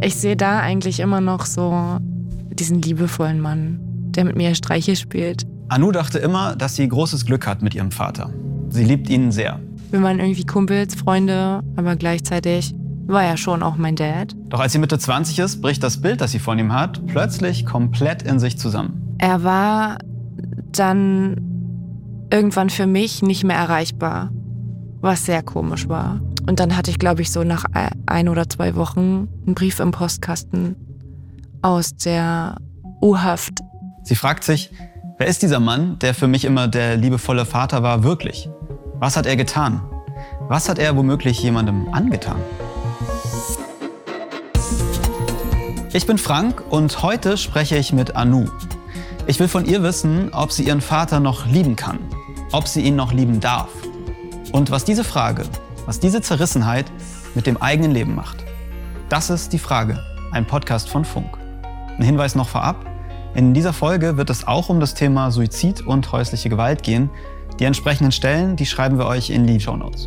Ich sehe da eigentlich immer noch so diesen liebevollen Mann, der mit mir Streiche spielt. Anu dachte immer, dass sie großes Glück hat mit ihrem Vater. Sie liebt ihn sehr. Wir waren irgendwie Kumpels, Freunde, aber gleichzeitig war er schon auch mein Dad. Doch als sie Mitte 20 ist, bricht das Bild, das sie von ihm hat, plötzlich komplett in sich zusammen. Er war dann irgendwann für mich nicht mehr erreichbar, was sehr komisch war. Und dann hatte ich, glaube ich, so nach 1 oder 2 Wochen einen Brief im Postkasten aus der U-Haft. Sie fragt sich, wer ist dieser Mann, der für mich immer der liebevolle Vater war, wirklich? Was hat er getan? Was hat er womöglich jemandem angetan? Ich bin Frank und heute spreche ich mit Anu. Ich will von ihr wissen, ob sie ihren Vater noch lieben kann, ob sie ihn noch lieben darf und was diese Frage, was diese Zerrissenheit mit dem eigenen Leben macht. Das ist die Frage, ein Podcast von Funk. Ein Hinweis noch vorab, in dieser Folge wird es auch um das Thema Suizid und häusliche Gewalt gehen. Die entsprechenden Stellen, die schreiben wir euch in die Shownotes.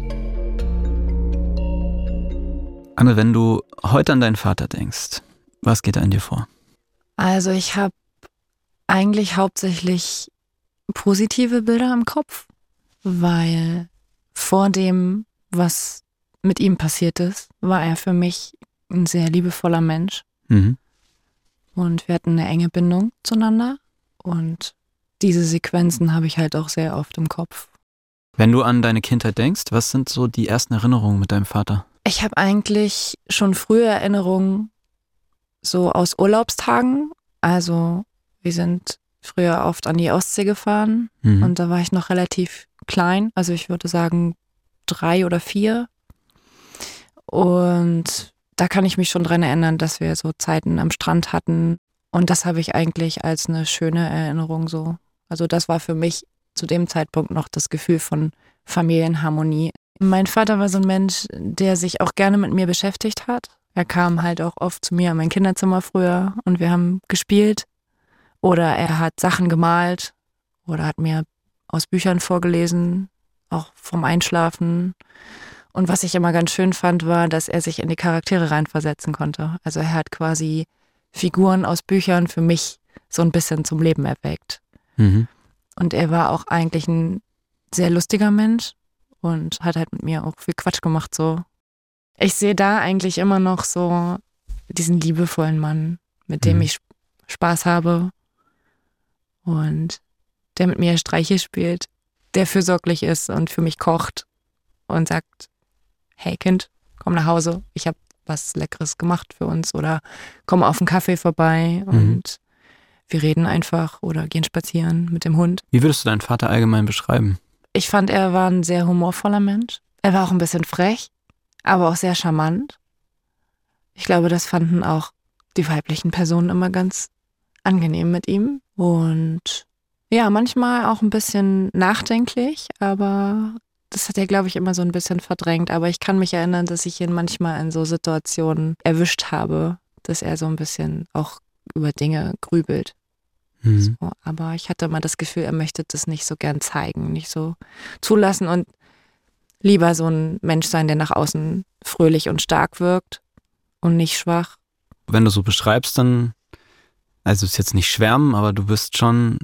Anne, wenn du heute an deinen Vater denkst, was geht da in dir vor? Also ich habe eigentlich hauptsächlich positive Bilder im Kopf, weil vor dem, was mit ihm passiert ist, war er für mich ein sehr liebevoller Mensch. Mhm. Und wir hatten eine enge Bindung zueinander und diese Sequenzen habe ich halt auch sehr oft im Kopf. Wenn du an deine Kindheit denkst, was sind so die ersten Erinnerungen mit deinem Vater? Ich habe eigentlich schon frühe Erinnerungen so aus Urlaubstagen. Also wir sind früher oft an die Ostsee gefahren und da war ich noch relativ klein. Also ich würde sagen 3 oder 4. Und da kann ich mich schon dran erinnern, dass wir so Zeiten am Strand hatten. Und das habe ich eigentlich als eine schöne Erinnerung so. Also das war für mich zu dem Zeitpunkt noch das Gefühl von Familienharmonie. Mein Vater war so ein Mensch, der sich auch gerne mit mir beschäftigt hat. Er kam halt auch oft zu mir in mein Kinderzimmer früher und wir haben gespielt. Oder er hat Sachen gemalt oder hat mir aus Büchern vorgelesen, auch vom Einschlafen. Und was ich immer ganz schön fand, war, dass er sich in die Charaktere reinversetzen konnte. Also er hat quasi Figuren aus Büchern für mich so ein bisschen zum Leben erweckt. Mhm. Und er war auch eigentlich ein sehr lustiger Mensch und hat halt mit mir auch viel Quatsch gemacht so. Ich sehe da eigentlich immer noch so diesen liebevollen Mann, mit dem ich Spaß habe und der mit mir Streiche spielt, der fürsorglich ist und für mich kocht und sagt, hey Kind, komm nach Hause, ich habe was Leckeres gemacht für uns oder komm auf einen Kaffee vorbei und wir reden einfach oder gehen spazieren mit dem Hund. Wie würdest du deinen Vater allgemein beschreiben? Ich fand, er war ein sehr humorvoller Mensch. Er war auch ein bisschen frech, aber auch sehr charmant. Ich glaube, das fanden auch die weiblichen Personen immer ganz angenehm mit ihm. Und ja, manchmal auch ein bisschen nachdenklich, aber das hat er, glaube ich, immer so ein bisschen verdrängt. Aber ich kann mich erinnern, dass ich ihn manchmal in so Situationen erwischt habe, dass er so ein bisschen auch über Dinge grübelt. So, aber ich hatte immer das Gefühl, er möchte das nicht so gern zeigen, nicht so zulassen und lieber so ein Mensch sein, der nach außen fröhlich und stark wirkt und nicht schwach. Wenn du so beschreibst, dann, also ist jetzt nicht schwärmen, aber du bist schon,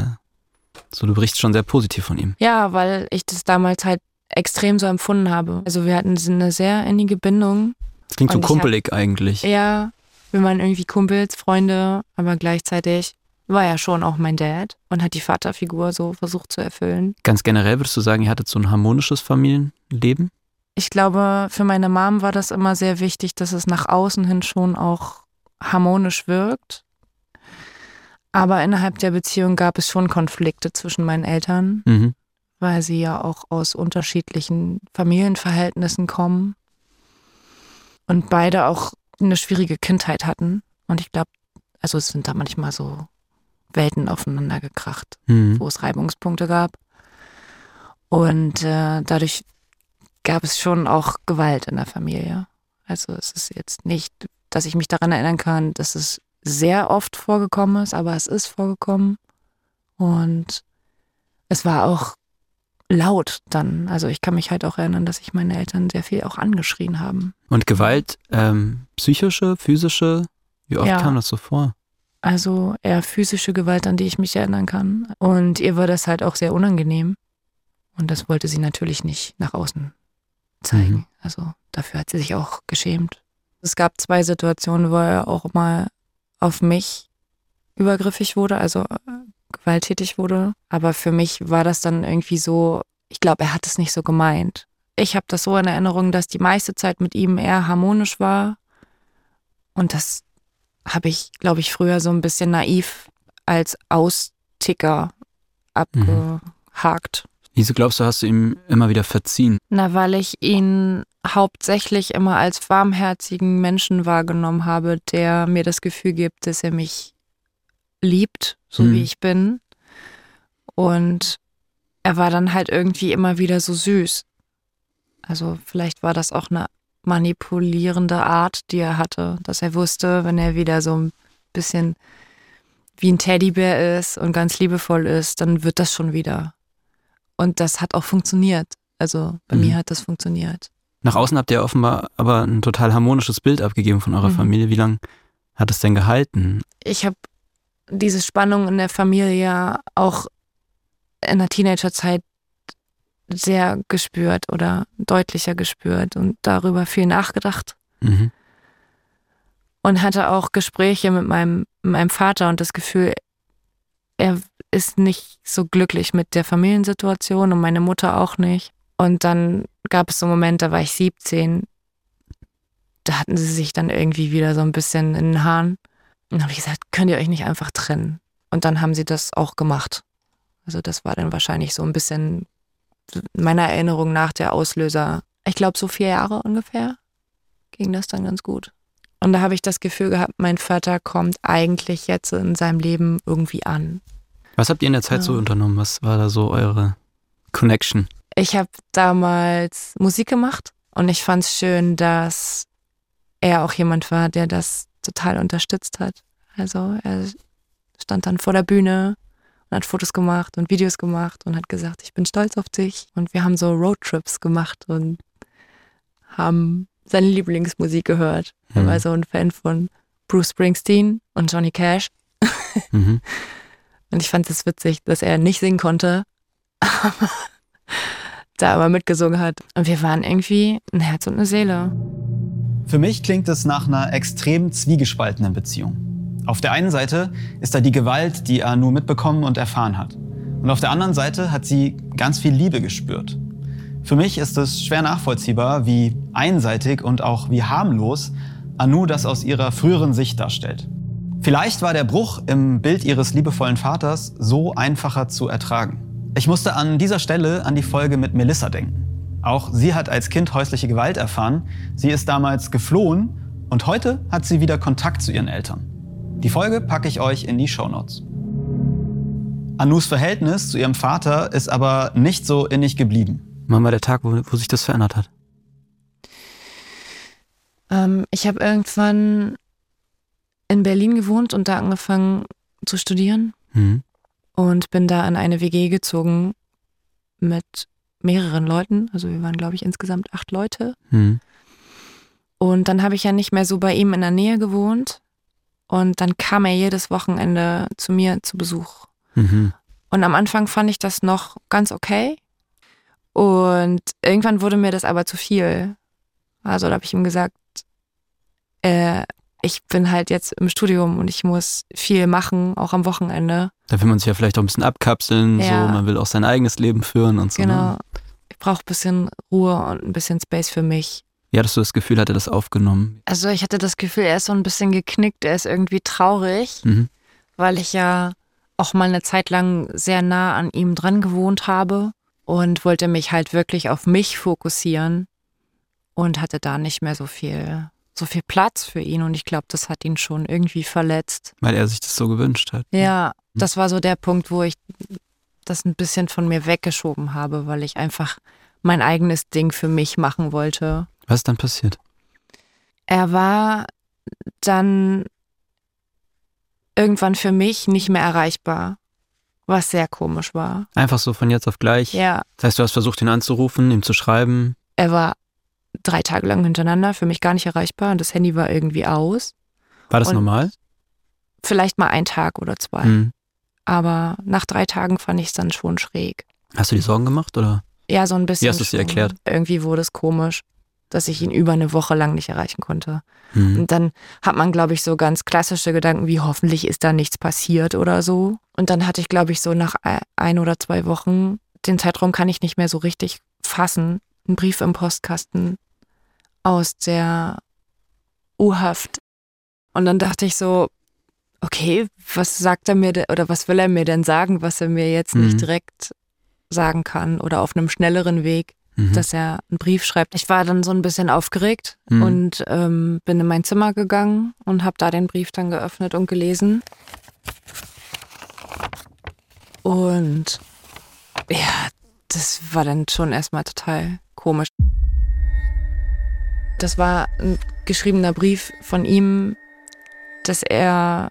du berichtst schon sehr positiv von ihm. Ja, weil ich das damals halt extrem so empfunden habe. Also wir hatten eine sehr innige Bindung. Das klingt so kumpelig eigentlich. Ja, wir waren irgendwie Kumpels, Freunde, aber gleichzeitig war er schon auch mein Dad und hat die Vaterfigur so versucht zu erfüllen. Ganz generell würdest du sagen, ihr hattet so ein harmonisches Familienleben? Ich glaube, für meine Mom war das immer sehr wichtig, dass es nach außen hin schon auch harmonisch wirkt. Aber innerhalb der Beziehung gab es schon Konflikte zwischen meinen Eltern, weil sie ja auch aus unterschiedlichen Familienverhältnissen kommen und beide auch eine schwierige Kindheit hatten. Und ich glaube, also es sind da manchmal so Welten aufeinander gekracht, wo es Reibungspunkte gab. Und dadurch gab es schon auch Gewalt in der Familie. Also es ist jetzt nicht, dass ich mich daran erinnern kann, dass es sehr oft vorgekommen ist, aber es ist vorgekommen. Und es war auch laut dann. Also ich kann mich halt auch erinnern, dass sich meine Eltern sehr viel auch angeschrien haben. Und Gewalt, psychische, physische, wie oft kam das so vor? Also eher physische Gewalt, an die ich mich erinnern kann. Und ihr war das halt auch sehr unangenehm. Und das wollte sie natürlich nicht nach außen zeigen. Also dafür hat sie sich auch geschämt. Es gab 2 Situationen, wo er auch mal auf mich übergriffig wurde, also gewalttätig wurde. Aber für mich war das dann irgendwie so, ich glaube, er hat es nicht so gemeint. Ich habe das so in Erinnerung, dass die meiste Zeit mit ihm eher harmonisch war. Und das habe ich, glaube ich, früher so ein bisschen naiv als Austicker abgehakt. Wieso glaubst du, hast du ihm immer wieder verziehen? Na, weil ich ihn hauptsächlich immer als warmherzigen Menschen wahrgenommen habe, der mir das Gefühl gibt, dass er mich liebt, so wie ich bin. Und er war dann halt irgendwie immer wieder so süß. Also vielleicht war das auch eine manipulierende Art, die er hatte, dass er wusste, wenn er wieder so ein bisschen wie ein Teddybär ist und ganz liebevoll ist, dann wird das schon wieder. Und das hat auch funktioniert. Also bei mir hat das funktioniert. Nach außen habt ihr offenbar aber ein total harmonisches Bild abgegeben von eurer Familie. Wie lange hat es denn gehalten? Ich habe diese Spannung in der Familie auch in der Teenagerzeit sehr gespürt oder deutlicher gespürt und darüber viel nachgedacht. Und hatte auch Gespräche mit meinem Vater und das Gefühl, er ist nicht so glücklich mit der Familiensituation und meine Mutter auch nicht. Und dann gab es so einen Moment, da war ich 17, da hatten sie sich dann irgendwie wieder so ein bisschen in den Haaren. Und dann habe ich gesagt, könnt ihr euch nicht einfach trennen? Und dann haben sie das auch gemacht. Also das war dann wahrscheinlich so ein bisschen meiner Erinnerung nach der Auslöser. Ich glaube so 4 Jahre ungefähr ging das dann ganz gut. Und da habe ich das Gefühl gehabt, mein Vater kommt eigentlich jetzt in seinem Leben irgendwie an. Was habt ihr in der Zeit so unternommen? Was war da so eure Connection? Ich habe damals Musik gemacht und ich fand es schön, dass er auch jemand war, der das total unterstützt hat. Also er stand dann vor der Bühne und hat Fotos gemacht und Videos gemacht und hat gesagt, ich bin stolz auf dich. Und wir haben so Roadtrips gemacht und haben seine Lieblingsmusik gehört. Er war so ein Fan von Bruce Springsteen und Johnny Cash. Und ich fand es witzig, dass er nicht singen konnte, aber da aber mitgesungen hat. Und wir waren irgendwie ein Herz und eine Seele. Für mich klingt es nach einer extrem zwiegespaltenen Beziehung. Auf der einen Seite ist da die Gewalt, die Anu mitbekommen und erfahren hat. Und auf der anderen Seite hat sie ganz viel Liebe gespürt. Für mich ist es schwer nachvollziehbar, wie einseitig und auch wie harmlos Anu das aus ihrer früheren Sicht darstellt. Vielleicht war der Bruch im Bild ihres liebevollen Vaters so einfacher zu ertragen. Ich musste an dieser Stelle an die Folge mit Melissa denken. Auch sie hat als Kind häusliche Gewalt erfahren. Sie ist damals geflohen und heute hat sie wieder Kontakt zu ihren Eltern. Die Folge packe ich euch in die Shownotes. Anus Verhältnis zu ihrem Vater ist aber nicht so innig geblieben. Wann war der Tag, wo sich das verändert hat? Ich habe irgendwann in Berlin gewohnt und da angefangen zu studieren. Und bin da in eine WG gezogen mit mehreren Leuten. Also wir waren, glaube ich, insgesamt 8 Leute. Und dann habe ich ja nicht mehr so bei ihm in der Nähe gewohnt. Und dann kam er jedes Wochenende zu mir zu Besuch. Und am Anfang fand ich das noch ganz okay. Und irgendwann wurde mir das aber zu viel. Also da habe ich ihm gesagt, ich bin halt jetzt im Studium und ich muss viel machen, auch am Wochenende. Da will man sich ja vielleicht auch ein bisschen abkapseln, Ja. so, man will auch sein eigenes Leben führen und so. Genau. Ne? Ich brauche ein bisschen Ruhe und ein bisschen Space für mich. Wie hattest du das Gefühl, hat er das aufgenommen? Also ich hatte das Gefühl, er ist so ein bisschen geknickt, er ist irgendwie traurig, weil ich ja auch mal eine Zeit lang sehr nah an ihm dran gewohnt habe und wollte mich halt wirklich auf mich fokussieren und hatte da nicht mehr so viel Platz für ihn und ich glaube, das hat ihn schon irgendwie verletzt. Weil er sich das so gewünscht hat. Ja, das war so der Punkt, wo ich das ein bisschen von mir weggeschoben habe, weil ich einfach mein eigenes Ding für mich machen wollte. Was ist dann passiert? Er war dann irgendwann für mich nicht mehr erreichbar. was sehr komisch war. Einfach so von jetzt auf gleich? Ja. Das heißt, du hast versucht, ihn anzurufen, ihm zu schreiben? Er war 3 Tage lang hintereinander, für mich gar nicht erreichbar und das Handy war irgendwie aus. War das Und normal? Vielleicht mal 1 Tag oder 2. Aber nach 3 Tagen fand ich es dann schon schräg. Hast du dir Sorgen gemacht, oder? Ja, so ein bisschen. Wie hast du es dir erklärt? Irgendwie wurde es komisch, dass ich ihn über eine Woche lang nicht erreichen konnte. Und dann hat man, glaube ich, so ganz klassische Gedanken wie, hoffentlich ist da nichts passiert oder so. Und dann hatte ich, glaube ich, so nach 1 oder 2 Wochen, den Zeitraum kann ich nicht mehr so richtig fassen, einen Brief im Postkasten aus der U-Haft. Und dann dachte ich so, okay, was sagt er mir oder was will er mir denn sagen, was er mir jetzt nicht direkt sagen kann oder auf einem schnelleren Weg, dass er einen Brief schreibt. Ich war dann so ein bisschen aufgeregt und bin in mein Zimmer gegangen und habe da den Brief dann geöffnet und gelesen. Und ja, das war dann schon erstmal total komisch. Das war ein geschriebener Brief von ihm, dass er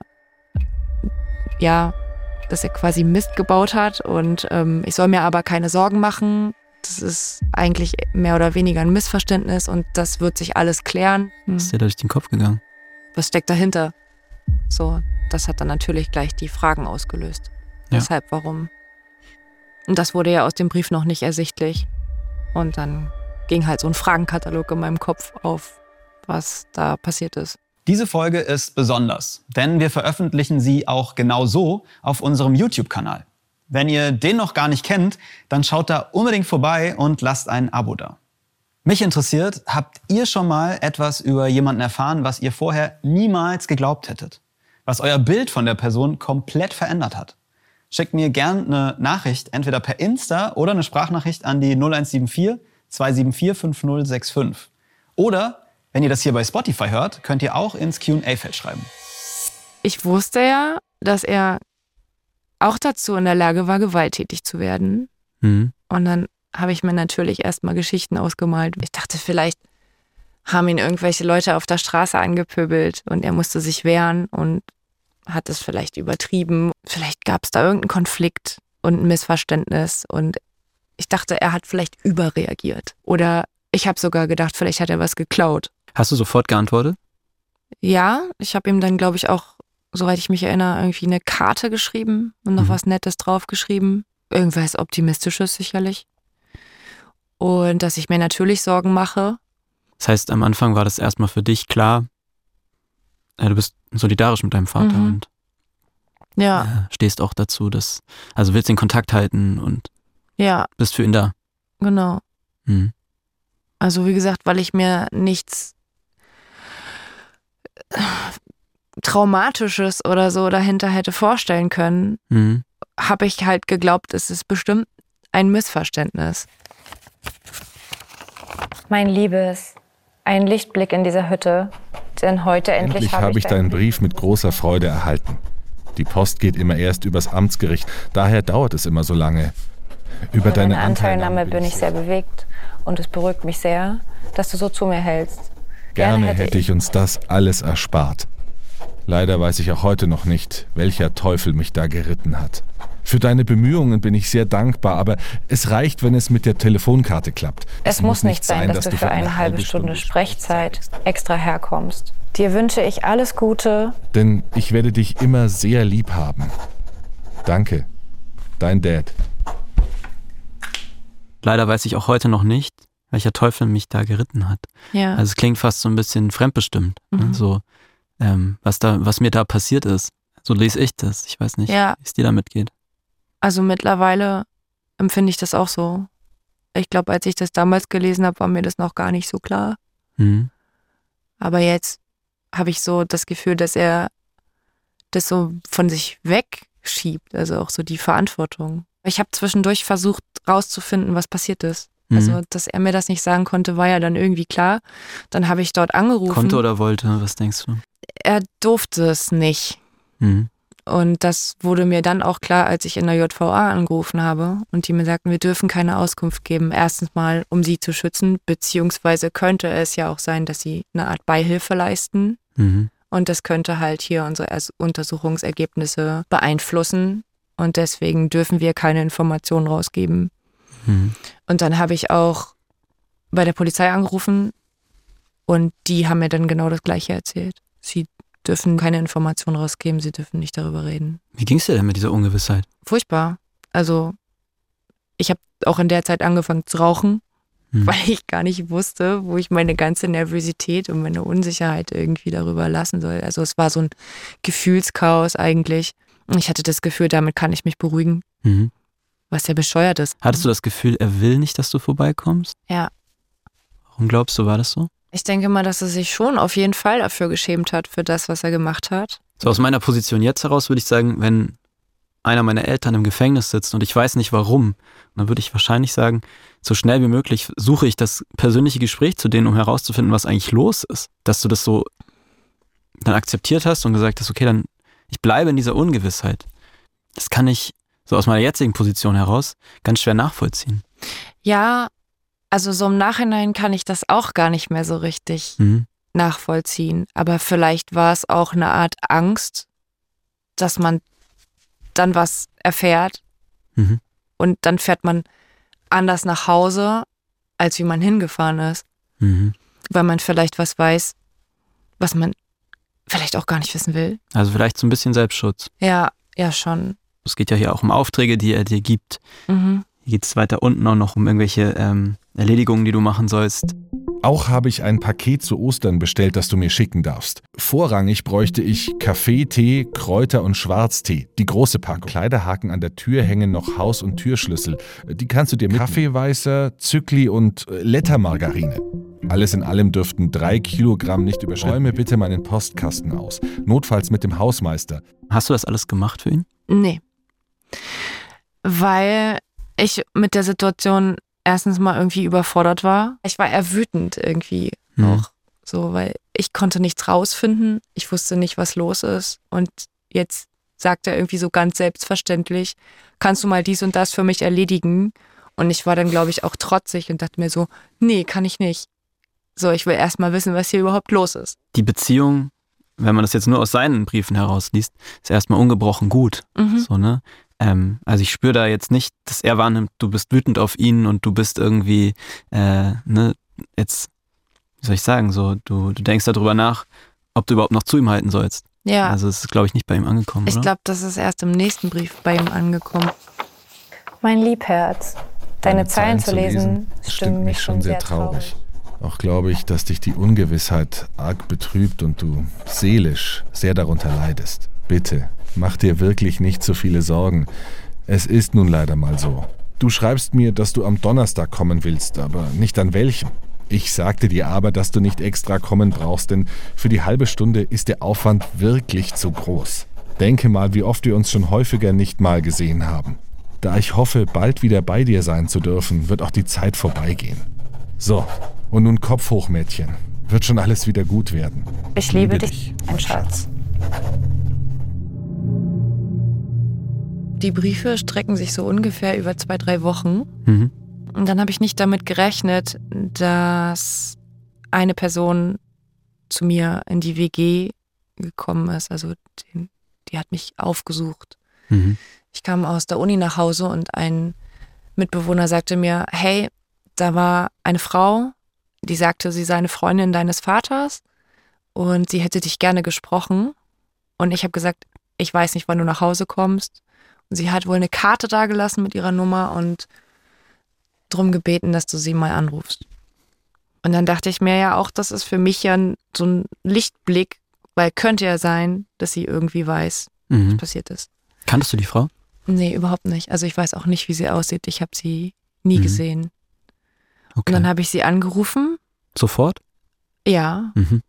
quasi Mist gebaut hat und ich soll mir aber keine Sorgen machen. Das ist eigentlich mehr oder weniger ein Missverständnis und das wird sich alles klären. Ist dir da durch den Kopf gegangen? Was steckt dahinter? So, das hat dann natürlich gleich die Fragen ausgelöst. Ja. Weshalb, warum? Und das wurde ja aus dem Brief noch nicht ersichtlich. Und dann ging halt so ein Fragenkatalog in meinem Kopf auf, was da passiert ist. Diese Folge ist besonders, denn wir veröffentlichen sie auch genau so auf unserem YouTube-Kanal. Wenn ihr den noch gar nicht kennt, dann schaut da unbedingt vorbei und lasst ein Abo da. Mich interessiert, habt ihr schon mal etwas über jemanden erfahren, was ihr vorher niemals geglaubt hättet? Was euer Bild von der Person komplett verändert hat? Schickt mir gern eine Nachricht, entweder per Insta oder eine Sprachnachricht an die 0174 274 5065. Oder, wenn ihr das hier bei Spotify hört, könnt ihr auch ins Q&A-Feld schreiben. Ich wusste ja, dass er auch dazu in der Lage war, gewalttätig zu werden. Und dann habe ich mir natürlich erstmal Geschichten ausgemalt. Ich dachte, vielleicht haben ihn irgendwelche Leute auf der Straße angepöbelt und er musste sich wehren und hat es vielleicht übertrieben. Vielleicht gab es da irgendeinen Konflikt und ein Missverständnis und ich dachte, er hat vielleicht überreagiert. Oder ich habe sogar gedacht, vielleicht hat er was geklaut. Hast du sofort geantwortet? Ja, ich habe ihm dann, glaube ich, auch, soweit ich mich erinnere, irgendwie eine Karte geschrieben und noch was Nettes draufgeschrieben. Irgendwas Optimistisches sicherlich. Und dass ich mir natürlich Sorgen mache. Das heißt, am Anfang war das erstmal für dich klar, du bist solidarisch mit deinem Vater und stehst auch dazu, also willst den Kontakt halten und bist für ihn da. Genau. Also wie gesagt, weil ich mir nichts Traumatisches oder so dahinter hätte vorstellen können, habe ich halt geglaubt, es ist bestimmt ein Missverständnis. Mein Liebes, ein Lichtblick in dieser Hütte, denn heute endlich habe ich deinen Brief mit großer Freude erhalten. Die Post geht immer erst übers Amtsgericht, daher dauert es immer so lange. Über deine Anteilnahme bin ich sehr bewegt und es beruhigt mich sehr, dass du so zu mir hältst. Gerne hätte ich uns das alles erspart. Leider weiß ich auch heute noch nicht, welcher Teufel mich da geritten hat. Für deine Bemühungen bin ich sehr dankbar, aber es reicht, wenn es mit der Telefonkarte klappt. Es muss nicht sein, dass du für eine halbe Stunde Sprechzeit extra herkommst. Dir wünsche ich alles Gute. Denn ich werde dich immer sehr lieb haben. Danke, dein Dad. Leider weiß ich auch heute noch nicht, welcher Teufel mich da geritten hat. Ja. Also es klingt fast so ein bisschen fremdbestimmt. Ne? So, was mir da passiert ist. So lese ich das. Ich weiß nicht, wie es dir damit geht. Also mittlerweile empfinde ich das auch so. Ich glaube, als ich das damals gelesen habe, war mir das noch gar nicht so klar. Aber jetzt habe ich so das Gefühl, dass er das so von sich wegschiebt. Also auch so die Verantwortung. Ich habe zwischendurch versucht rauszufinden, was passiert ist. Also, dass er mir das nicht sagen konnte, war ja dann irgendwie klar. Dann habe ich dort angerufen. Konnte oder wollte, was denkst du? Er durfte es nicht. Und das wurde mir dann auch klar, als ich in der JVA angerufen habe und die mir sagten, wir dürfen keine Auskunft geben. Erstens mal, um sie zu schützen, beziehungsweise könnte es ja auch sein, dass sie eine Art Beihilfe leisten. Und das könnte halt hier unsere Untersuchungsergebnisse beeinflussen. und deswegen dürfen wir keine Informationen rausgeben. Und dann habe ich auch bei der Polizei angerufen und die haben mir dann genau das Gleiche erzählt. Sie dürfen keine Informationen rausgeben, sie dürfen nicht darüber reden. Wie ging es dir denn mit dieser Ungewissheit? Furchtbar. Also ich habe auch in der Zeit angefangen zu rauchen, weil ich gar nicht wusste, wo ich meine ganze Nervosität und meine Unsicherheit irgendwie darüber lassen soll. Also es war so ein Gefühlschaos eigentlich. Und ich hatte das Gefühl, damit kann ich mich beruhigen, was ja bescheuert ist. Hattest du das Gefühl, er will nicht, dass du vorbeikommst? Ja. Warum glaubst du, war das so? Ich denke mal, dass er sich schon auf jeden Fall dafür geschämt hat, für das, was er gemacht hat. So aus meiner Position jetzt heraus würde ich sagen, wenn einer meiner Eltern im Gefängnis sitzt und ich weiß nicht warum, dann würde ich wahrscheinlich sagen, so schnell wie möglich suche ich das persönliche Gespräch zu denen, um herauszufinden, was eigentlich los ist. Dass du das so dann akzeptiert hast und gesagt hast, okay, dann ich bleibe in dieser Ungewissheit. Das kann ich so aus meiner jetzigen Position heraus ganz schwer nachvollziehen. Ja, also so im Nachhinein kann ich das auch gar nicht mehr so richtig nachvollziehen. Aber vielleicht war es auch eine Art Angst, dass man dann was erfährt und dann fährt man anders nach Hause, als wie man hingefahren ist. Weil man vielleicht was weiß, was man vielleicht auch gar nicht wissen will. Also vielleicht so ein bisschen Selbstschutz. Ja, schon. Es geht ja hier auch um Aufträge, die er dir gibt. Hier geht es weiter unten auch noch um irgendwelche Erledigungen, die du machen sollst. Auch habe ich ein Paket zu Ostern bestellt, das du mir schicken darfst. Vorrangig bräuchte ich Kaffee, Tee, Kräuter und Schwarztee. Die große Packung. Kleiderhaken an der Tür hängen noch Haus- und Türschlüssel. Die kannst du dir mit Kaffeeweißer, Zückli und Lettermargarine. Alles in allem dürften 3 Kilogramm nicht überschreiten. Räume bitte meinen Postkasten aus. Notfalls mit dem Hausmeister. Hast du das alles gemacht für ihn? Nee. Weil ich mit der Situation erstens mal irgendwie überfordert war. Ich war eher wütend irgendwie auch so, weil ich konnte nichts rausfinden. Ich wusste nicht, was los ist. Und jetzt sagt er irgendwie so ganz selbstverständlich, kannst du mal dies und das für mich erledigen? Und ich war dann, glaube ich, auch trotzig und dachte mir so, nee, kann ich nicht. So, ich will erst mal wissen, was hier überhaupt los ist. Die Beziehung, wenn man das jetzt nur aus seinen Briefen herausliest, ist erstmal ungebrochen gut. So, ne? Also ich spüre da jetzt nicht, dass er wahrnimmt, du bist wütend auf ihn und du bist irgendwie, jetzt, wie soll ich sagen, so, du denkst darüber nach, ob du überhaupt noch zu ihm halten sollst. Ja. Also es ist, glaube ich, nicht bei ihm angekommen, Ich glaube, das ist erst im nächsten Brief bei ihm angekommen. Mein Liebherz, deine Zeilen zu lesen, stimmt mich schon sehr traurig. Auch glaube ich, dass dich die Ungewissheit arg betrübt und du seelisch sehr darunter leidest. Bitte, mach dir wirklich nicht so viele Sorgen. Es ist nun leider mal so. Du schreibst mir, dass du am Donnerstag kommen willst, aber nicht an welchem. Ich sagte dir aber, dass du nicht extra kommen brauchst, denn für die halbe Stunde ist der Aufwand wirklich zu groß. Denke mal, wie oft wir uns schon häufiger nicht mal gesehen haben. Da ich hoffe, bald wieder bei dir sein zu dürfen, wird auch die Zeit vorbeigehen. So, und nun Kopf hoch, Mädchen. Wird schon alles wieder gut werden. Ich liebe dich, mein Schatz. Die Briefe strecken sich so ungefähr über 2-3 Wochen. Und dann habe ich nicht damit gerechnet, dass eine Person zu mir in die WG gekommen ist. Also die hat mich aufgesucht. Ich kam aus der Uni nach Hause und ein Mitbewohner sagte mir, hey, da war eine Frau, die sagte, sie sei eine Freundin deines Vaters und sie hätte dich gerne gesprochen. Und ich habe gesagt, ich weiß nicht, wann du nach Hause kommst. Und sie hat wohl eine Karte dagelassen mit ihrer Nummer und drum gebeten, dass du sie mal anrufst. Und dann dachte ich mir ja auch, das ist für mich ja so ein Lichtblick, weil könnte ja sein, dass sie irgendwie weiß, was passiert ist. Kanntest du die Frau? Nee, überhaupt nicht. Also ich weiß auch nicht, wie sie aussieht. Ich habe sie nie gesehen. Okay. Und dann habe ich sie angerufen. Sofort? Ja.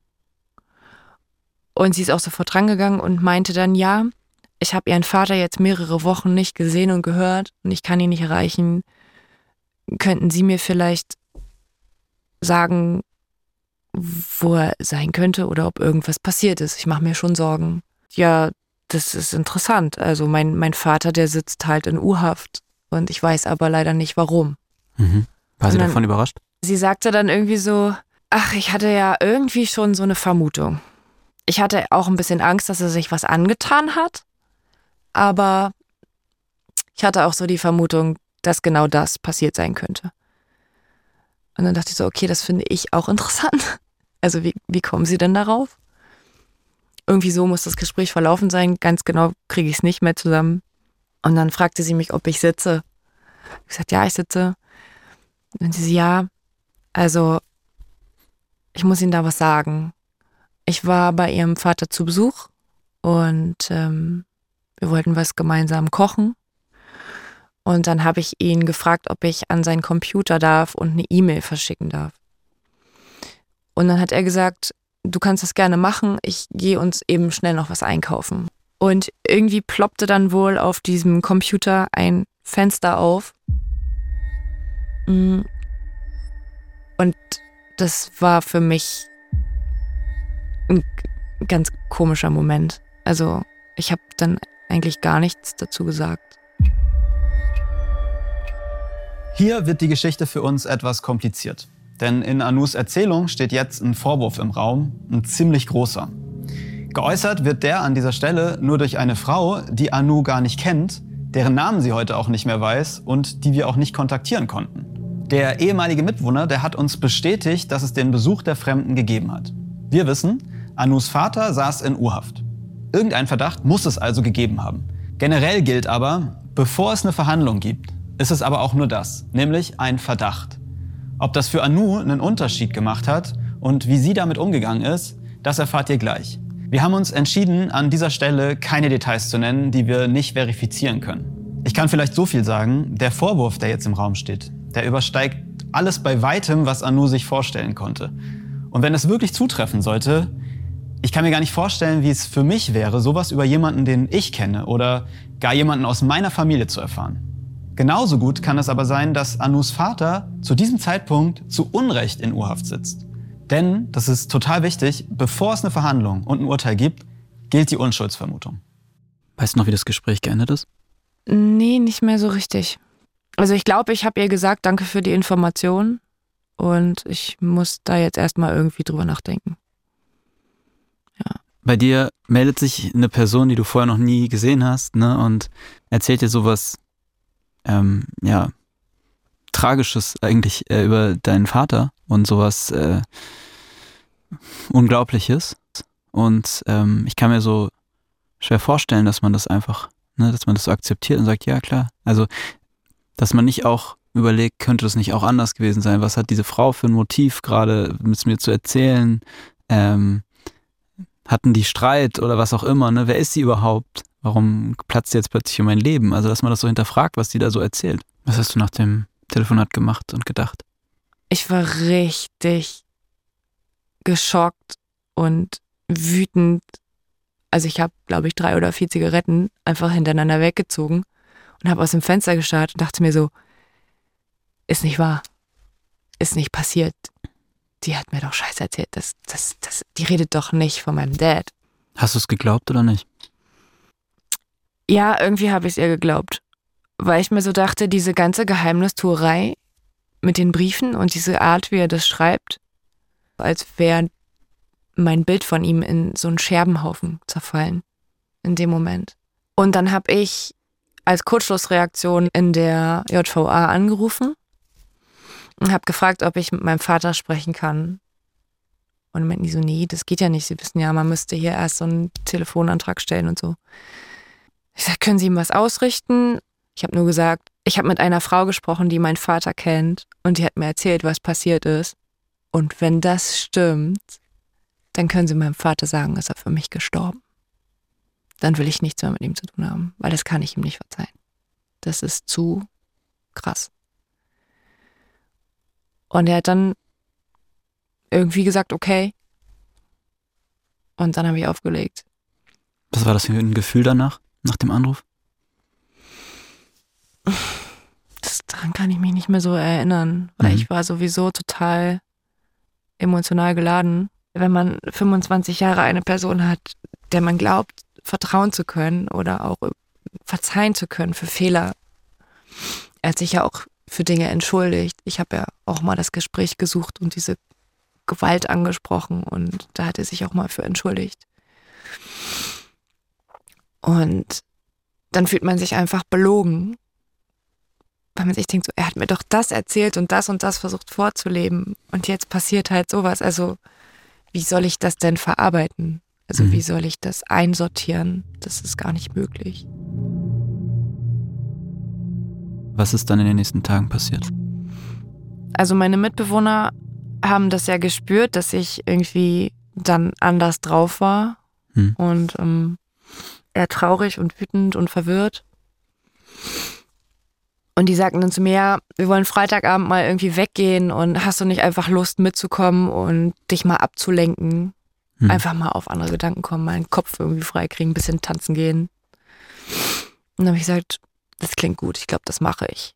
Und sie ist auch sofort rangegangen und meinte dann, ja, ich habe ihren Vater jetzt mehrere Wochen nicht gesehen und gehört und ich kann ihn nicht erreichen. Könnten Sie mir vielleicht sagen, wo er sein könnte oder ob irgendwas passiert ist? Ich mache mir schon Sorgen. Ja, das ist interessant. Also mein Vater, der sitzt halt in U-Haft und ich weiß aber leider nicht, warum. War sie davon überrascht? Sie sagte dann irgendwie so, ach, ich hatte ja irgendwie schon so eine Vermutung. Ich hatte auch ein bisschen Angst, dass er sich was angetan hat, aber Ich hatte auch so die Vermutung, dass genau das passiert sein könnte. Und dann dachte ich so, okay, das finde ich auch interessant. Also wie kommen Sie denn darauf? Irgendwie so muss das Gespräch verlaufen sein. Ganz genau kriege ich es nicht mehr zusammen. Und dann fragte sie mich, ob ich sitze. Ich habe gesagt, ja, ich sitze. Und dann sie, ja, also ich muss Ihnen da was sagen. Ich war bei Ihrem Vater zu Besuch und wir wollten was gemeinsam kochen. Und dann habe ich ihn gefragt, ob ich an seinen Computer darf und eine E-Mail verschicken darf. Und dann hat er gesagt, du kannst das gerne machen, ich gehe uns eben schnell noch was einkaufen. Und irgendwie ploppte dann wohl auf diesem Computer ein Fenster auf. Und das war für mich ein ganz komischer Moment. Also ich habe dann eigentlich gar nichts dazu gesagt. Hier wird die Geschichte für uns etwas kompliziert. Denn in Anus Erzählung steht jetzt ein Vorwurf im Raum, ein ziemlich großer. Geäußert wird der an dieser Stelle nur durch eine Frau, die Anu gar nicht kennt, deren Namen sie heute auch nicht mehr weiß und die wir auch nicht kontaktieren konnten. Der ehemalige Mitwohner, der hat uns bestätigt, dass es den Besuch der Fremden gegeben hat. Wir wissen, Anus Vater saß in U-Haft. Irgendein Verdacht muss es also gegeben haben. Generell gilt aber, bevor es eine Verhandlung gibt, ist es aber auch nur das, nämlich ein Verdacht. Ob das für Anu einen Unterschied gemacht hat und wie sie damit umgegangen ist, das erfahrt ihr gleich. Wir haben uns entschieden, an dieser Stelle keine Details zu nennen, die wir nicht verifizieren können. Ich kann vielleicht so viel sagen, der Vorwurf, der jetzt im Raum steht, der übersteigt alles bei weitem, was Anu sich vorstellen konnte. Und wenn es wirklich zutreffen sollte, ich kann mir gar nicht vorstellen, wie es für mich wäre, sowas über jemanden, den ich kenne oder gar jemanden aus meiner Familie zu erfahren. Genauso gut kann es aber sein, dass Anus Vater zu diesem Zeitpunkt zu Unrecht in U-Haft sitzt. Denn, das ist total wichtig, bevor es eine Verhandlung und ein Urteil gibt, gilt die Unschuldsvermutung. Weißt du noch, wie das Gespräch geendet ist? Nee, nicht mehr so richtig. Also ich glaube, ich habe ihr gesagt, danke für die Information und ich muss da jetzt erstmal irgendwie drüber nachdenken. Ja. Bei dir meldet sich eine Person, die du vorher noch nie gesehen hast, ne, und erzählt dir sowas Tragisches eigentlich über deinen Vater und sowas Unglaubliches. Und ich kann mir so schwer vorstellen, dass man das einfach, ne, dass man das so akzeptiert und sagt, ja klar. Also, dass man nicht auch überlegt, könnte das nicht auch anders gewesen sein? Was hat diese Frau für ein Motiv gerade mit mir zu erzählen? Hatten die Streit oder was auch immer, ne? Wer ist sie überhaupt? Warum platzt sie jetzt plötzlich in mein Leben? Also, dass man das so hinterfragt, was die da so erzählt. Was hast du nach dem Telefonat gemacht und gedacht? Ich war richtig geschockt und wütend. Also ich habe, glaube ich, 3 oder 4 Zigaretten einfach hintereinander weggezogen und habe aus dem Fenster gestarrt und dachte mir so, ist nicht wahr, ist nicht passiert. Die hat mir doch Scheiße erzählt. Die redet doch nicht von meinem Dad. Hast du es geglaubt oder nicht? Ja, irgendwie habe ich es ihr geglaubt. Weil ich mir so dachte, diese ganze Geheimnistuerei mit den Briefen und diese Art, wie er das schreibt, als wäre mein Bild von ihm in so einen Scherbenhaufen zerfallen in dem Moment. Und dann habe ich als Kurzschlussreaktion in der JVA angerufen und habe gefragt, ob ich mit meinem Vater sprechen kann. Und dann meinten die so, nee, das geht ja nicht. Sie wissen ja, man müsste hier erst so einen Telefonantrag stellen und so. Ich sag, können Sie ihm was ausrichten? Ich habe nur gesagt, ich habe mit einer Frau gesprochen, die meinen Vater kennt und die hat mir erzählt, was passiert ist. Und wenn das stimmt, dann können Sie meinem Vater sagen, ist er für mich gestorben. Dann will ich nichts mehr mit ihm zu tun haben, weil das kann ich ihm nicht verzeihen. Das ist zu krass. Und er hat dann irgendwie gesagt, okay. Und dann habe ich aufgelegt. Was war das für ein Gefühl danach, nach dem Anruf? Daran kann ich mich nicht mehr so erinnern, weil ich war sowieso total emotional geladen. Wenn man 25 Jahre eine Person hat, der man glaubt, vertrauen zu können oder auch verzeihen zu können für Fehler. Er hat sich ja auch für Dinge entschuldigt. Ich habe ja auch mal das Gespräch gesucht und diese Gewalt angesprochen und da hat er sich auch mal für entschuldigt. Und dann fühlt man sich einfach belogen weil man sich denkt, so, er hat mir doch das erzählt und das versucht vorzuleben und jetzt passiert halt sowas. Also wie soll ich das denn verarbeiten? Also wie soll ich das einsortieren? Das ist gar nicht möglich. Was ist dann in den nächsten Tagen passiert? Also meine Mitbewohner haben das ja gespürt, dass ich irgendwie dann anders drauf war und eher traurig und wütend und verwirrt. Und die sagten dann zu mir, ja, wir wollen Freitagabend mal irgendwie weggehen und hast du nicht einfach Lust mitzukommen und dich mal abzulenken? Einfach mal auf andere Gedanken kommen, mal den Kopf irgendwie freikriegen, ein bisschen tanzen gehen. Und dann habe ich gesagt, das klingt gut, ich glaube, das mache ich.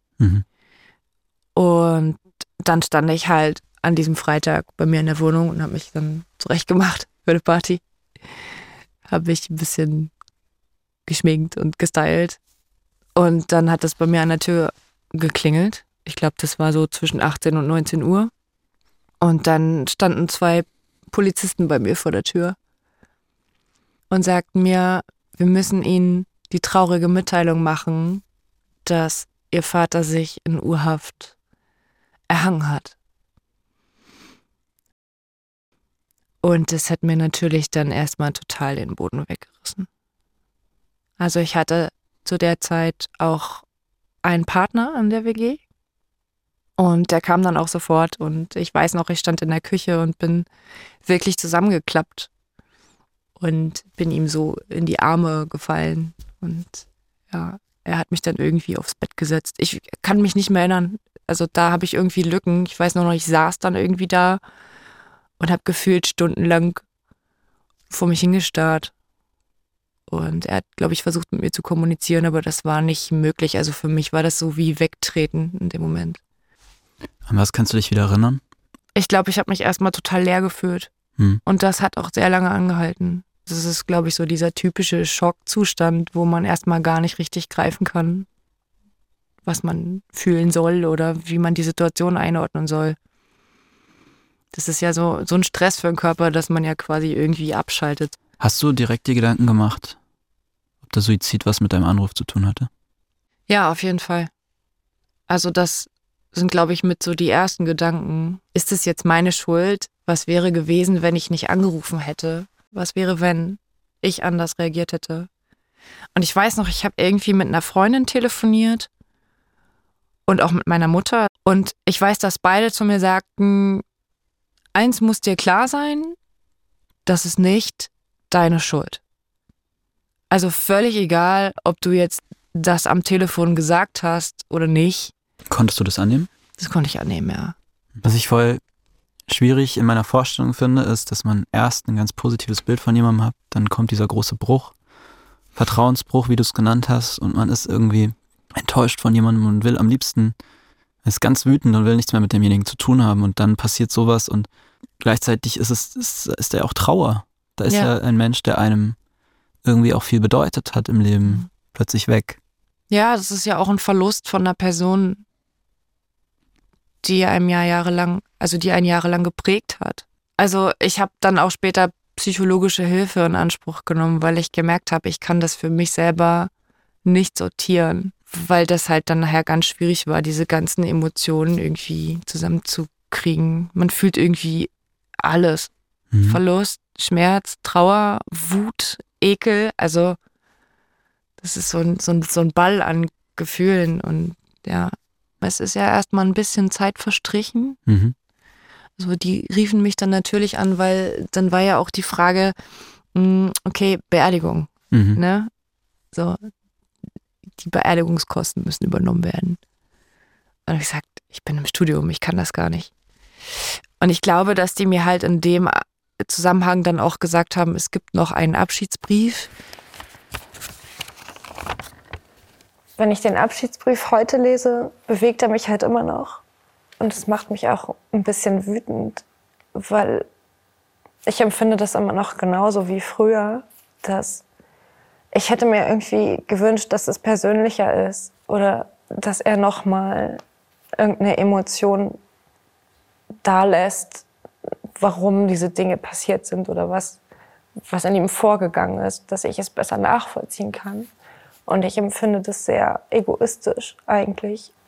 Und dann stand ich halt an diesem Freitag bei mir in der Wohnung und habe mich dann zurechtgemacht für eine Party. Habe mich ein bisschen geschminkt und gestylt. Und dann hat das bei mir an der Tür geklingelt. Ich glaube, das war so zwischen 18 und 19 Uhr. Und dann standen 2 Polizisten bei mir vor der Tür und sagten mir, wir müssen Ihnen die traurige Mitteilung machen, dass Ihr Vater sich in U-Haft erhangen hat. Und das hat mir natürlich dann erstmal total den Boden weggerissen. Also ich hatte zu der Zeit auch einen Partner in der WG und der kam dann auch sofort und ich weiß noch, ich stand in der Küche und bin wirklich zusammengeklappt und bin ihm so in die Arme gefallen und ja, er hat mich dann irgendwie aufs Bett gesetzt. Ich kann mich nicht mehr erinnern, also da habe ich irgendwie Lücken. Ich weiß nur noch, ich saß dann irgendwie da und habe gefühlt stundenlang vor mich hingestarrt. Und er hat, glaube ich, versucht mit mir zu kommunizieren, aber das war nicht möglich. Also für mich war das so wie Wegtreten in dem Moment. An was kannst du dich wieder erinnern? Ich glaube, ich habe mich erstmal total leer gefühlt. Und das hat auch sehr lange angehalten. Das ist, glaube ich, so dieser typische Schockzustand, wo man erstmal gar nicht richtig greifen kann, was man fühlen soll oder wie man die Situation einordnen soll. Das ist ja so ein Stress für den Körper, dass man ja quasi irgendwie abschaltet. Hast du direkt dir Gedanken gemacht, ob der Suizid was mit deinem Anruf zu tun hatte? Ja, auf jeden Fall. Also das sind, glaube ich, mit so die ersten Gedanken. Ist es jetzt meine Schuld? Was wäre gewesen, wenn ich nicht angerufen hätte? Was wäre, wenn ich anders reagiert hätte? Und ich weiß noch, ich habe irgendwie mit einer Freundin telefoniert und auch mit meiner Mutter. Und ich weiß, dass beide zu mir sagten, eins muss dir klar sein, das ist nicht deine Schuld. Also völlig egal, ob du jetzt das am Telefon gesagt hast oder nicht. Konntest du das annehmen? Das konnte ich annehmen, ja. Was ich voll schwierig in meiner Vorstellung finde, ist, dass man erst ein ganz positives Bild von jemandem hat, dann kommt dieser große Bruch, Vertrauensbruch, wie du es genannt hast, und man ist irgendwie enttäuscht von jemandem und will am liebsten, ist ganz wütend und will nichts mehr mit demjenigen zu tun haben und dann passiert sowas und gleichzeitig ist ja auch Trauer. Da ist ja ein Mensch, der einem irgendwie auch viel bedeutet hat im Leben, plötzlich weg. Ja, das ist ja auch ein Verlust von einer Person, die einem ja jahrelang geprägt hat. Also ich habe dann auch später psychologische Hilfe in Anspruch genommen, weil ich gemerkt habe, ich kann das für mich selber nicht sortieren, weil das halt dann nachher ganz schwierig war, diese ganzen Emotionen irgendwie zusammenzukriegen. Man fühlt irgendwie alles. Verlust, Schmerz, Trauer, Wut, Ekel, also das ist so ein Ball an Gefühlen und ja, es ist ja erstmal ein bisschen Zeit verstrichen. Also die riefen mich dann natürlich an, weil dann war ja auch die Frage, okay, Beerdigung, ne? So, die Beerdigungskosten müssen übernommen werden. Und ich gesagt, ich bin im Studium, ich kann das gar nicht. Und ich glaube, dass die mir halt in dem Zusammenhang dann auch gesagt haben, es gibt noch einen Abschiedsbrief. Wenn ich den Abschiedsbrief heute lese, bewegt er mich halt immer noch. Und es macht mich auch ein bisschen wütend, weil ich empfinde das immer noch genauso wie früher, dass ich hätte mir irgendwie gewünscht, dass es persönlicher ist oder dass er nochmal irgendeine Emotion da lässt, warum diese Dinge passiert sind oder was in ihm vorgegangen ist, dass ich es besser nachvollziehen kann. Und ich empfinde das sehr egoistisch eigentlich,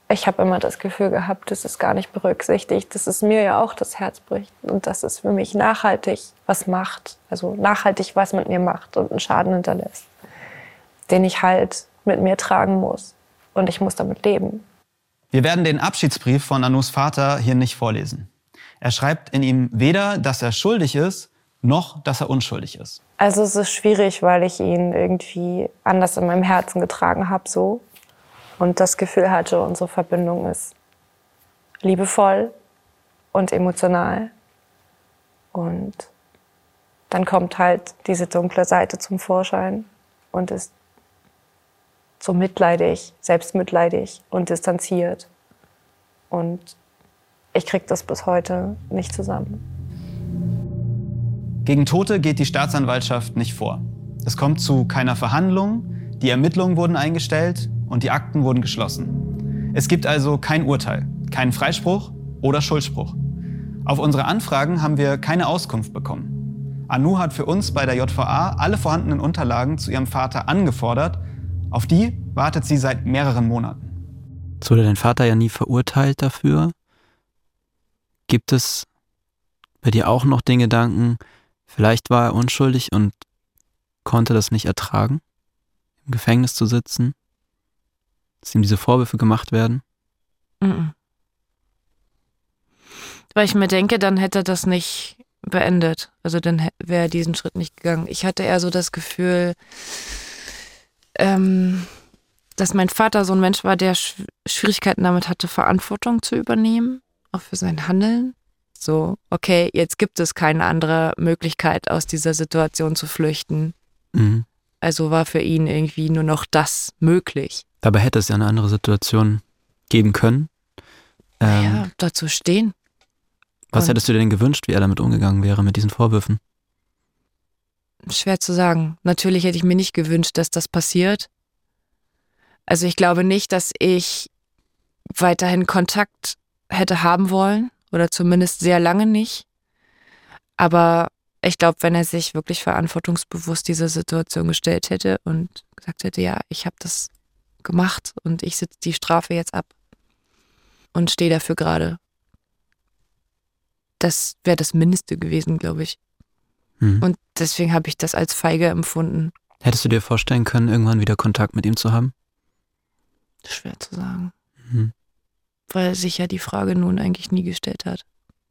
ich habe immer das Gefühl gehabt, das ist gar nicht berücksichtigt, dass es mir ja auch das Herz bricht und dass es für mich nachhaltig was macht, also nachhaltig was mit mir macht und einen Schaden hinterlässt, den ich halt mit mir tragen muss und ich muss damit leben. Wir werden den Abschiedsbrief von Anous Vater hier nicht vorlesen. Er schreibt in ihm weder, dass er schuldig ist, noch, dass er unschuldig ist. Also es ist schwierig, weil ich ihn irgendwie anders in meinem Herzen getragen habe so. Und das Gefühl hatte, unsere Verbindung ist liebevoll und emotional. Und dann kommt halt diese dunkle Seite zum Vorschein und ist so mitleidig, selbstmitleidig und distanziert. Und ich krieg das bis heute nicht zusammen. Gegen Tote geht die Staatsanwaltschaft nicht vor. Es kommt zu keiner Verhandlung, die Ermittlungen wurden eingestellt und die Akten wurden geschlossen. Es gibt also kein Urteil, keinen Freispruch oder Schuldspruch. Auf unsere Anfragen haben wir keine Auskunft bekommen. Anou hat für uns bei der JVA alle vorhandenen Unterlagen zu ihrem Vater angefordert. Auf die wartet sie seit mehreren Monaten. Es wurde dein Vater ja nie verurteilt dafür. Gibt es bei dir auch noch den Gedanken, vielleicht war er unschuldig und konnte das nicht ertragen, im Gefängnis zu sitzen, dass ihm diese Vorwürfe gemacht werden? Mhm. Weil ich mir denke, dann hätte er das nicht beendet. Also dann wäre er diesen Schritt nicht gegangen. Ich hatte eher so das Gefühl, dass mein Vater so ein Mensch war, der Schwierigkeiten damit hatte, Verantwortung zu übernehmen, auch für sein Handeln. So, okay, jetzt gibt es keine andere Möglichkeit, aus dieser Situation zu flüchten. Mhm. Also war für ihn irgendwie nur noch das möglich. Dabei hätte es ja eine andere Situation geben können. Ja, dazu stehen. Was hättest du dir denn gewünscht, wie er damit umgegangen wäre, mit diesen Vorwürfen? Schwer zu sagen. Natürlich hätte ich mir nicht gewünscht, dass das passiert. Also ich glaube nicht, dass ich weiterhin Kontakt hätte haben wollen oder zumindest sehr lange nicht. Aber ich glaube, wenn er sich wirklich verantwortungsbewusst dieser Situation gestellt hätte und gesagt hätte, ja, ich habe das gemacht und ich sitze die Strafe jetzt ab und stehe dafür gerade. Das wäre das Mindeste gewesen, glaube ich. Mhm. Und deswegen habe ich das als feige empfunden. Hättest du dir vorstellen können, irgendwann wieder Kontakt mit ihm zu haben? Schwer zu sagen. Mhm. Weil sich ja die Frage nun eigentlich nie gestellt hat.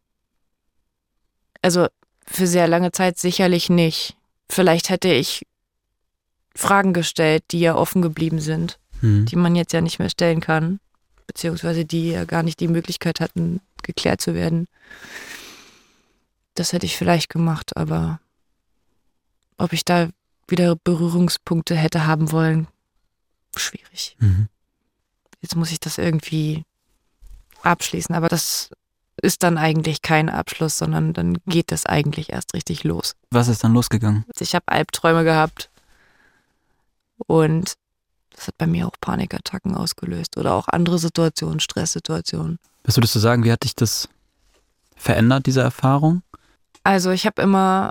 Also für sehr lange Zeit sicherlich nicht. Vielleicht hätte ich Fragen gestellt, die ja offen geblieben sind, die man jetzt ja nicht mehr stellen kann, beziehungsweise die ja gar nicht die Möglichkeit hatten, geklärt zu werden. Das hätte ich vielleicht gemacht, aber ob ich da wieder Berührungspunkte hätte haben wollen, schwierig. Mhm. Jetzt muss ich das irgendwie abschließen, aber das ist dann eigentlich kein Abschluss, sondern dann geht das eigentlich erst richtig los. Was ist dann losgegangen? Ich habe Albträume gehabt und das hat bei mir auch Panikattacken ausgelöst oder auch andere Situationen, Stresssituationen. Was würdest du sagen, wie hat dich das verändert, diese Erfahrung? Also ich habe immer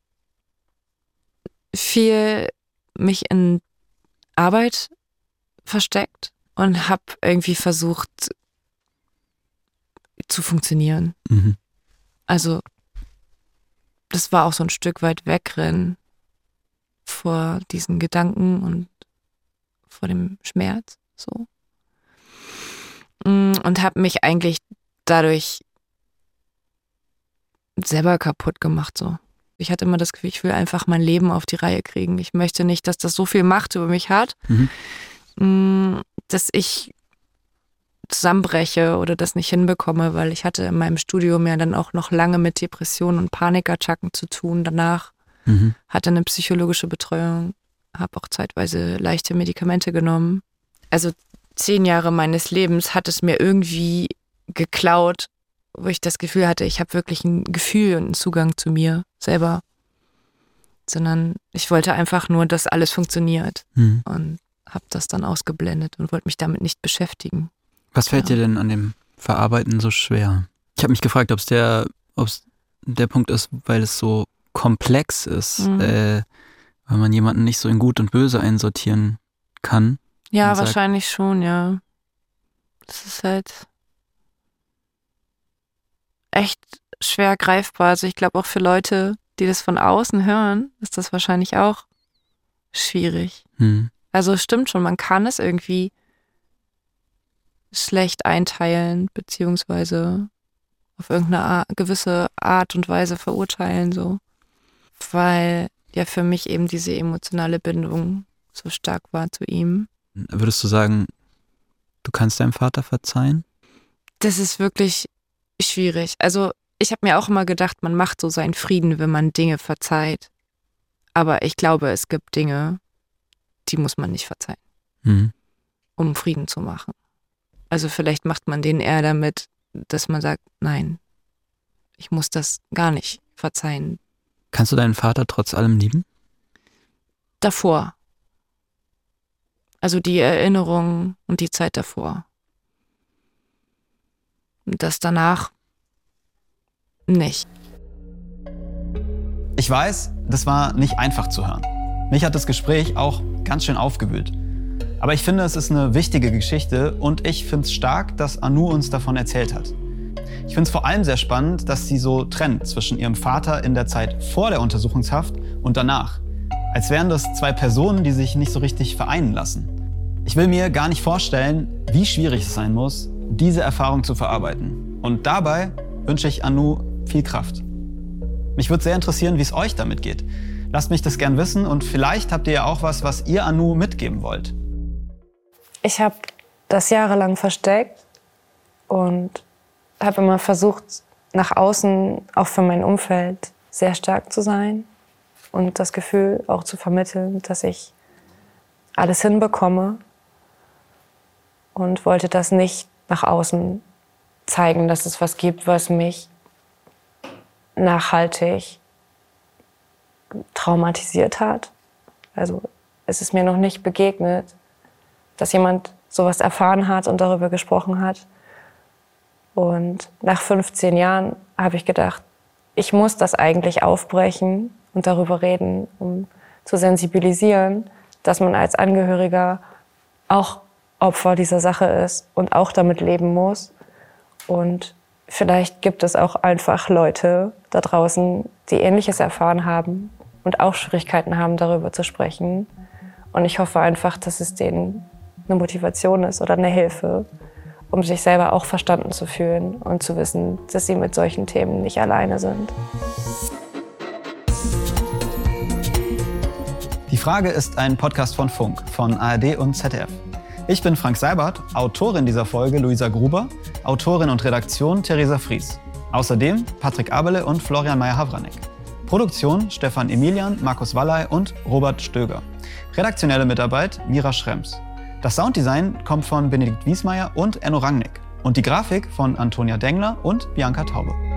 viel mich in Arbeit versteckt und habe irgendwie versucht zu funktionieren. Mhm. Also das war auch so ein Stück weit wegrennen vor diesen Gedanken und vor dem Schmerz so. Und habe mich eigentlich dadurch selber kaputt gemacht so. Ich hatte immer das Gefühl, ich will einfach mein Leben auf die Reihe kriegen. Ich möchte nicht, dass das so viel Macht über mich hat, dass ich zusammenbreche oder das nicht hinbekomme, weil ich hatte in meinem Studium ja dann auch noch lange mit Depressionen und Panikattacken zu tun. Danach hatte eine psychologische Betreuung, habe auch zeitweise leichte Medikamente genommen. Also 10 Jahre meines Lebens hat es mir irgendwie geklaut, wo ich das Gefühl hatte, ich habe wirklich ein Gefühl und einen Zugang zu mir selber. Sondern ich wollte einfach nur, dass alles funktioniert und habe das dann ausgeblendet und wollte mich damit nicht beschäftigen. Was fällt dir denn an dem Verarbeiten so schwer? Ich habe mich gefragt, ob es der Punkt ist, weil es so komplex ist, weil man jemanden nicht so in Gut und Böse einsortieren kann. Ja, wahrscheinlich schon, ja. Das ist halt echt schwer greifbar. Also ich glaube auch für Leute, die das von außen hören, ist das wahrscheinlich auch schwierig. Also es stimmt schon, man kann es irgendwie schlecht einteilen, beziehungsweise auf irgendeine gewisse Art und Weise verurteilen, so. Weil ja für mich eben diese emotionale Bindung so stark war zu ihm. Würdest du sagen, du kannst deinem Vater verzeihen? Das ist wirklich schwierig. Also ich habe mir auch immer gedacht, man macht so seinen Frieden, wenn man Dinge verzeiht. Aber ich glaube, es gibt Dinge, die muss man nicht verzeihen, um Frieden zu machen. Also vielleicht macht man den eher damit, dass man sagt, nein, ich muss das gar nicht verzeihen. Kannst du deinen Vater trotz allem lieben? Davor. Also die Erinnerung und die Zeit davor. Und das danach nicht. Ich weiß, das war nicht einfach zu hören. Mich hat das Gespräch auch ganz schön aufgewühlt. Aber ich finde, es ist eine wichtige Geschichte und ich finde es stark, dass Anu uns davon erzählt hat. Ich finde es vor allem sehr spannend, dass sie so trennt zwischen ihrem Vater in der Zeit vor der Untersuchungshaft und danach. Als wären das zwei Personen, die sich nicht so richtig vereinen lassen. Ich will mir gar nicht vorstellen, wie schwierig es sein muss, diese Erfahrung zu verarbeiten. Und dabei wünsche ich Anu viel Kraft. Mich würde sehr interessieren, wie es euch damit geht. Lasst mich das gern wissen und vielleicht habt ihr ja auch was ihr Anu mitgeben wollt. Ich habe das jahrelang versteckt und habe immer versucht, nach außen, auch für mein Umfeld, sehr stark zu sein und das Gefühl auch zu vermitteln, dass ich alles hinbekomme und wollte das nicht nach außen zeigen, dass es was gibt, was mich nachhaltig traumatisiert hat. Also es ist mir noch nicht begegnet, dass jemand sowas erfahren hat und darüber gesprochen hat. Und nach 15 Jahren habe ich gedacht, ich muss das eigentlich aufbrechen und darüber reden, um zu sensibilisieren, dass man als Angehöriger auch Opfer dieser Sache ist und auch damit leben muss. Und vielleicht gibt es auch einfach Leute da draußen, die Ähnliches erfahren haben und auch Schwierigkeiten haben, darüber zu sprechen. Und ich hoffe einfach, dass es denen eine Motivation ist oder eine Hilfe, um sich selber auch verstanden zu fühlen und zu wissen, dass sie mit solchen Themen nicht alleine sind. Die Frage ist ein Podcast von Funk, von ARD und ZDF. Ich bin Frank Seibert, Autorin dieser Folge Luisa Gruber, Autorin und Redaktion Theresa Fries. Außerdem Patrick Aberle und Florian Meyer-Havranek. Produktion Stefan Emilian, Markus Wallay und Robert Stöger. Redaktionelle Mitarbeit Mira Schrems. Das Sounddesign kommt von Benedikt Wiesmeier und Enno Rangnick. Und die Grafik von Antonia Dengler und Bianca Taube.